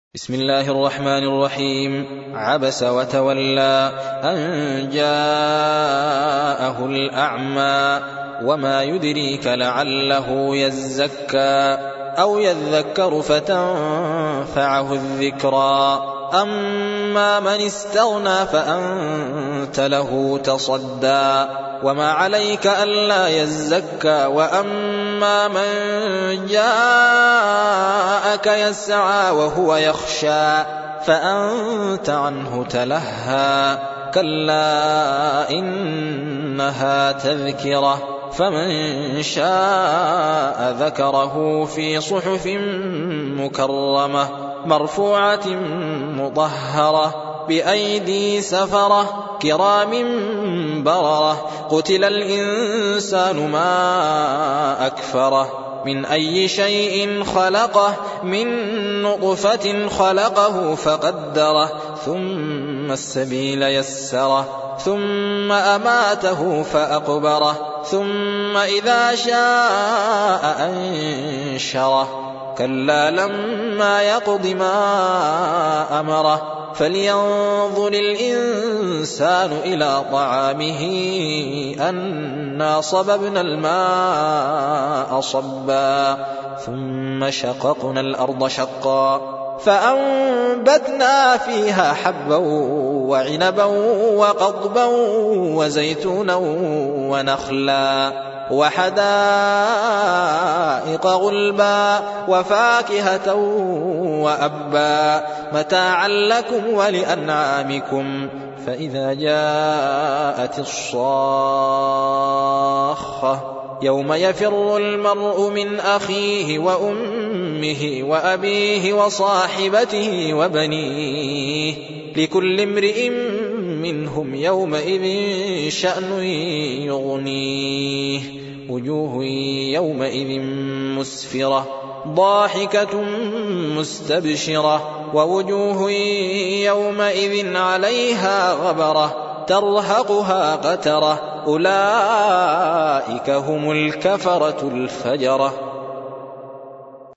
بسم الله الرحمن الرحيم. عبس وتولى أن جاءه الأعمى وما يدريك لعله يزكى أو يذكر فتنفعه الذكرى أما من استغنى فأنت له تصدى وما عليك ألا يزكى وأما من جاءك يسعى وهو يخشى فأنت عنه تلهى كلا إنها تذكرة فمن شاء ذكره في صحف مكرمة مرفوعة مطهرة بأيدي سفرة كرام بررة قتل الإنسان ما أكفره من أي شيء خلقه من نطفة خلقه فقدره ثم السبيل يسره ثم أماته فأقبره ثم إذا شاء أنشره كلا لما يقض ما أمره فلينظر الإنسان إلى طعامه أنا صببنا الماء صبا ثم شققنا الأرض شقا فأنبتنا فيها حبا وعنبا وقضبا وزيتونا ونخلا وحدائق غلبا وفاكهة وأبا متاعا لكم ولأنعامكم فإذا جاءت الصاخة يوم يفر المرء من أخيه وأمه وأبيه وصاحبته وبنيه لكل امرئ منهم يومئذ شأن يغنيه وجوه يومئذ مسفرة ضاحكة مستبشرة ووجوه يومئذ عليها غبرة ترهقها قترة أولئك هم الكفرة الفجرة.